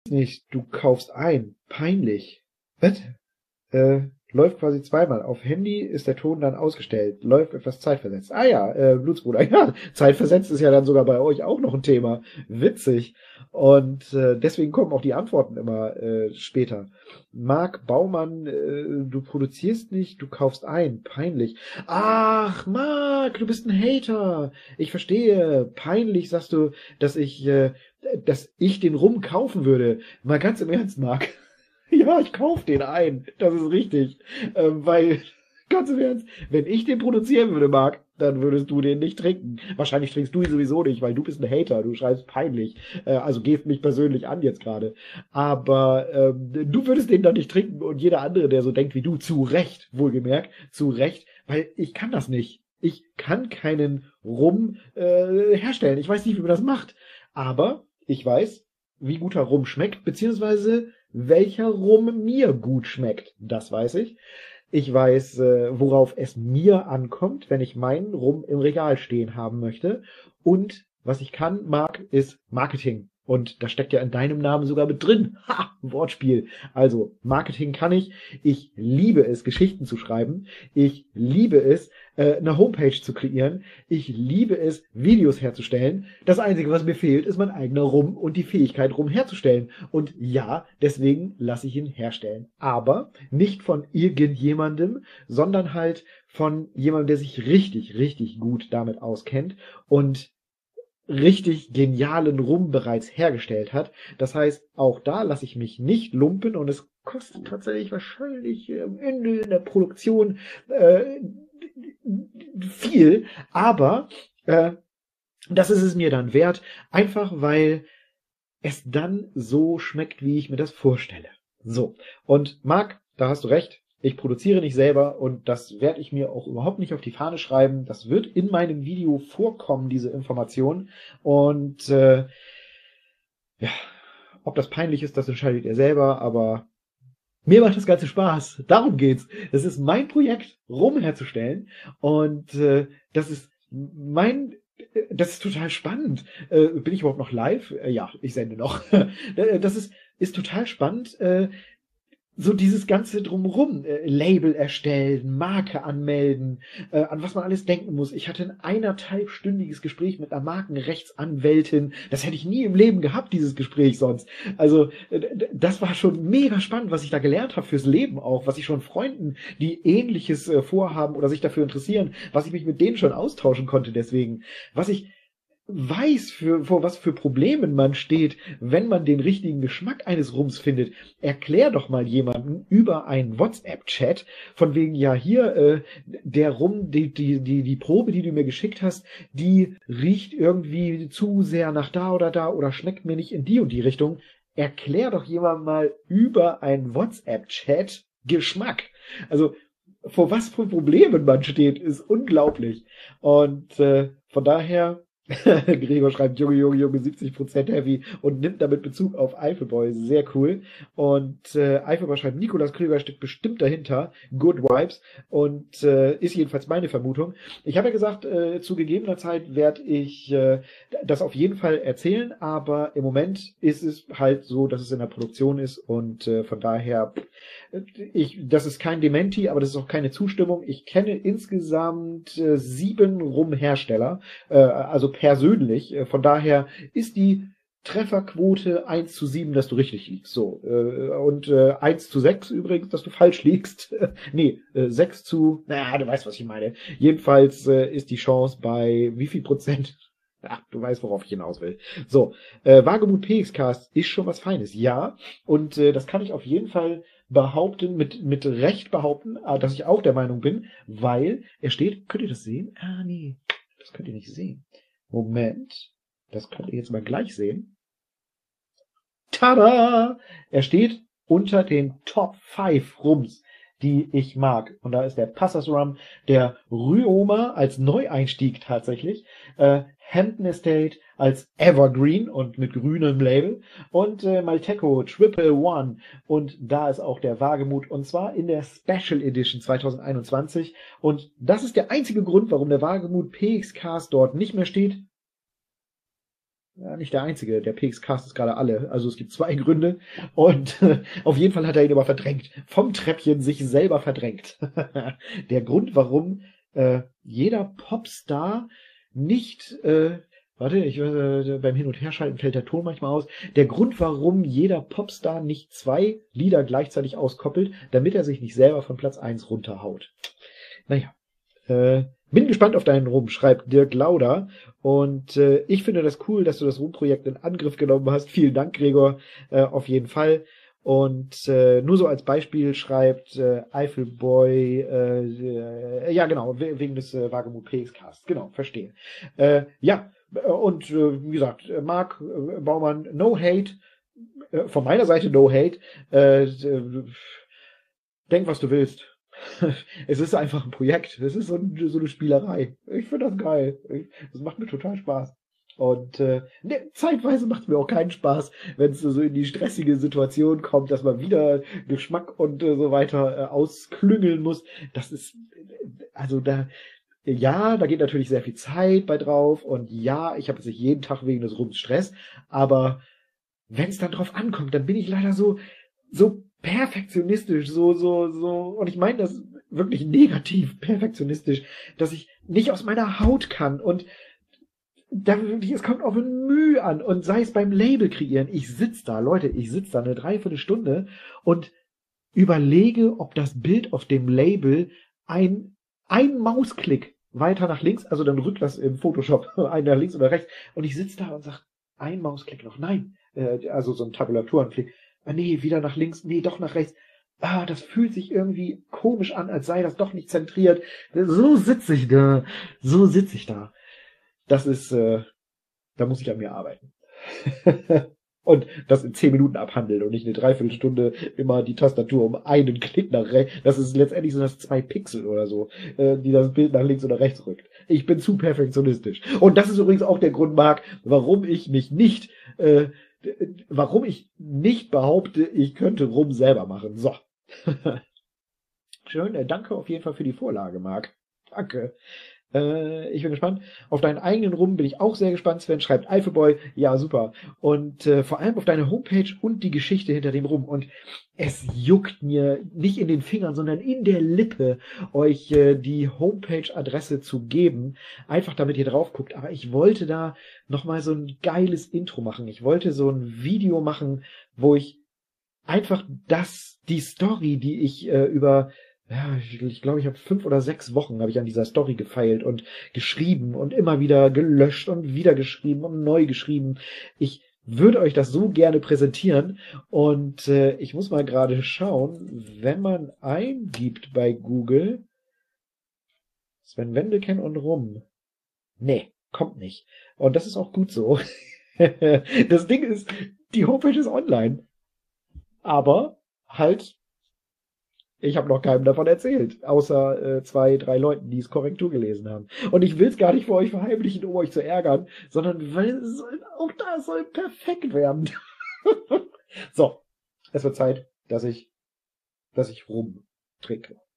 nicht, du kaufst ein. Peinlich. Was? Läuft quasi zweimal. Auf Handy ist der Ton dann ausgestellt. Läuft etwas zeitversetzt. Ah ja, Blutsbruder. Ja, zeitversetzt ist ja dann sogar bei euch auch noch ein Thema. Witzig. Und deswegen kommen auch die Antworten immer später. Marc Baumann, du produzierst nicht, du kaufst ein. Peinlich. Ach, Marc, du bist ein Hater. Ich verstehe. Peinlich sagst du, dass ich den Rum kaufen würde. Mal ganz im Ernst, Marc. Ja, ich kauf den ein. Das ist richtig. Weil, ganz im Ernst, wenn ich den produzieren würde, Marc, dann würdest du den nicht trinken. Wahrscheinlich trinkst du ihn sowieso nicht, weil du bist ein Hater. Du schreibst peinlich. Also gehst mich persönlich an jetzt gerade. Aber du würdest den dann nicht trinken und jeder andere, der so denkt wie du, zu Recht, wohlgemerkt, zu Recht, weil ich kann das nicht. Ich kann keinen Rum herstellen. Ich weiß nicht, wie man das macht. Aber ich weiß, wie guter Rum schmeckt, beziehungsweise welcher Rum mir gut schmeckt. Das weiß ich. Ich weiß, worauf es mir ankommt, wenn ich meinen Rum im Regal stehen haben möchte. Und was ich kann, Marc, ist Marketing. Und das steckt ja in deinem Namen sogar mit drin. Ha, Wortspiel. Also, Marketing kann ich. Ich liebe es, Geschichten zu schreiben. Ich liebe es, eine Homepage zu kreieren. Ich liebe es, Videos herzustellen. Das Einzige, was mir fehlt, ist mein eigener Rum und die Fähigkeit, Rum herzustellen. Und ja, deswegen lasse ich ihn herstellen. Aber nicht von irgendjemandem, sondern halt von jemandem, der sich richtig, richtig gut damit auskennt und richtig genialen Rum bereits hergestellt hat. Das heißt, auch da lasse ich mich nicht lumpen und es kostet tatsächlich wahrscheinlich am Ende in der Produktion viel, aber das ist es mir dann wert, einfach weil es dann so schmeckt, wie ich mir das vorstelle. So, und Marc, da hast du recht, ich produziere nicht selber und das werde ich mir auch überhaupt nicht auf die Fahne schreiben. Das wird in meinem Video vorkommen, diese Information. Und ja, ob das peinlich ist, das entscheidet ihr selber, aber mir macht das Ganze Spaß. Darum geht's. Das ist mein Projekt, Rum herzustellen. Und das ist total spannend. Bin ich überhaupt noch live? Ja, ich sende noch. Das ist total spannend. So dieses ganze Drumherum, Label erstellen, Marke anmelden, an was man alles denken muss. Ich hatte ein 1,5-stündiges Gespräch mit einer Markenrechtsanwältin. Das hätte ich nie im Leben gehabt, dieses Gespräch sonst. Also das war schon mega spannend, was ich da gelernt habe fürs Leben auch, was ich schon Freunden, die Ähnliches vorhaben oder sich dafür interessieren, was ich mich mit denen schon austauschen konnte deswegen. Was ich weiß, vor was für Problemen man steht, wenn man den richtigen Geschmack eines Rums findet. Erklär doch mal jemanden über einen WhatsApp-Chat, von wegen, ja, hier, der Rum, die Probe, die du mir geschickt hast, die riecht irgendwie zu sehr nach da oder schmeckt mir nicht in die und die Richtung. Erklär doch jemandem mal über einen WhatsApp-Chat Geschmack. Also, vor was für Problemen man steht, ist unglaublich. Und von daher Gregor schreibt, Junge, 70% Heavy und nimmt damit Bezug auf Eifelboy. Sehr cool. Und Eifelboy schreibt, Nikolas Krüger steckt bestimmt dahinter. Good Vibes. Und ist jedenfalls meine Vermutung. Ich habe ja gesagt, zu gegebener Zeit werde ich das auf jeden Fall erzählen, aber im Moment ist es halt so, dass es in der Produktion ist und von daher, das ist kein Dementi, aber das ist auch keine Zustimmung. Ich kenne insgesamt 7 Rumhersteller, also persönlich. Von daher ist die Trefferquote 1:7, dass du richtig liegst. So. Und 1:6 übrigens, dass du falsch liegst. Nee, 6 zu, naja, du weißt, was ich meine. Jedenfalls ist die Chance bei wie viel Prozent? Ach, du weißt, worauf ich hinaus will. So, Wagemut PXcast ist schon was Feines, ja. Und das kann ich auf jeden Fall behaupten, mit Recht behaupten, dass ich auch der Meinung bin, weil er steht, könnt ihr das sehen? Ah, nee, das könnt ihr nicht sehen. Moment, das könnt ihr jetzt mal gleich sehen. Tada! Er steht unter den Top 5 Rums, die ich mag. Und da ist der Passers Rum, der Ryoma als Neueinstieg tatsächlich, Hampton Estate als Evergreen und mit grünem Label und Malteco Triple One und da ist auch der Wagemut und zwar in der Special Edition 2021 und das ist der einzige Grund, warum der Wagemut PXcast dort nicht mehr steht. Ja, nicht der einzige. Der PX castet gerade alle. Also es gibt 2 Gründe. Und auf jeden Fall hat er ihn aber verdrängt. Vom Treppchen sich selber verdrängt. Der Grund, warum jeder Popstar nicht, beim Hin- und Herschalten fällt der Ton manchmal aus. Der Grund, warum jeder Popstar nicht 2 Lieder gleichzeitig auskoppelt, damit er sich nicht selber von Platz 1 runterhaut. Naja. Bin gespannt auf deinen Rum, schreibt Dirk Lauder. Und ich finde das cool, dass du das Rum-Projekt in Angriff genommen hast. Vielen Dank, Gregor, auf jeden Fall. Und nur so als Beispiel schreibt Eifelboy, ja genau, wegen des Wagemut PX-Casts. Genau, verstehe. Ja, und wie gesagt, Marc Baumann, no hate. Von meiner Seite no hate. Denk, was du willst. Es ist einfach ein Projekt. Es ist so eine Spielerei. Ich finde das geil. Das macht mir total Spaß. Und zeitweise macht es mir auch keinen Spaß, wenn es so in die stressige Situation kommt, dass man wieder Geschmack und so weiter ausklüngeln muss. Das ist, also da geht natürlich sehr viel Zeit bei drauf. Und ja, ich habe jetzt nicht jeden Tag wegen des Rums Stress. Aber wenn es dann drauf ankommt, dann bin ich leider so perfektionistisch, und ich meine das wirklich negativ perfektionistisch, dass ich nicht aus meiner Haut kann und da wirklich, es kommt auf ein Mühe an und sei es beim Label kreieren. Ich sitze da eine Dreiviertelstunde und überlege, ob das Bild auf dem Label ein Mausklick weiter nach links, also dann rückt das im Photoshop ein nach links oder rechts und ich sitze da und sage, ein Mausklick noch, nein, also so ein Tabulaturenklick. Nee, wieder nach links, nee, doch nach rechts. Das fühlt sich irgendwie komisch an, als sei das doch nicht zentriert. So sitze ich da. Das ist, da muss ich an mir arbeiten. Und das in 10 Minuten abhandeln und nicht eine Dreiviertelstunde immer die Tastatur um einen Klick nach rechts. Das ist letztendlich sind das 2 Pixel oder so, die das Bild nach links oder rechts rückt. Ich bin zu perfektionistisch. Und das ist übrigens auch der Grund, Marc, warum ich nicht behaupte, ich könnte Rum selber machen. So. Schön, danke auf jeden Fall für die Vorlage, Marc. Danke. Ich bin gespannt. Auf deinen eigenen Rum bin ich auch sehr gespannt. Sven schreibt Eifelboy. Ja, super. Und vor allem auf deine Homepage und die Geschichte hinter dem Rum. Und es juckt mir nicht in den Fingern, sondern in der Lippe, euch die Homepage-Adresse zu geben. Einfach damit ihr drauf guckt. Aber ich wollte da nochmal so ein geiles Intro machen. Ich wollte so ein Video machen, wo ich einfach die Story, die ich ich glaube, ich habe 5 oder 6 Wochen habe ich an dieser Story gefeilt und geschrieben und immer wieder gelöscht und wieder geschrieben und neu geschrieben. Ich würde euch das so gerne präsentieren und ich muss mal gerade schauen, wenn man eingibt bei Google Sven Wendelken und Rum. Nee, kommt nicht. Und das ist auch gut so. Das Ding ist, die Homepage ist online. Aber halt, ich habe noch keinem davon erzählt, außer 2, 3 Leuten, die es Korrektur gelesen haben. Und ich will es gar nicht vor euch verheimlichen, um euch zu ärgern, sondern weil auch da soll perfekt werden. So, es wird Zeit, dass ich Rum trinke.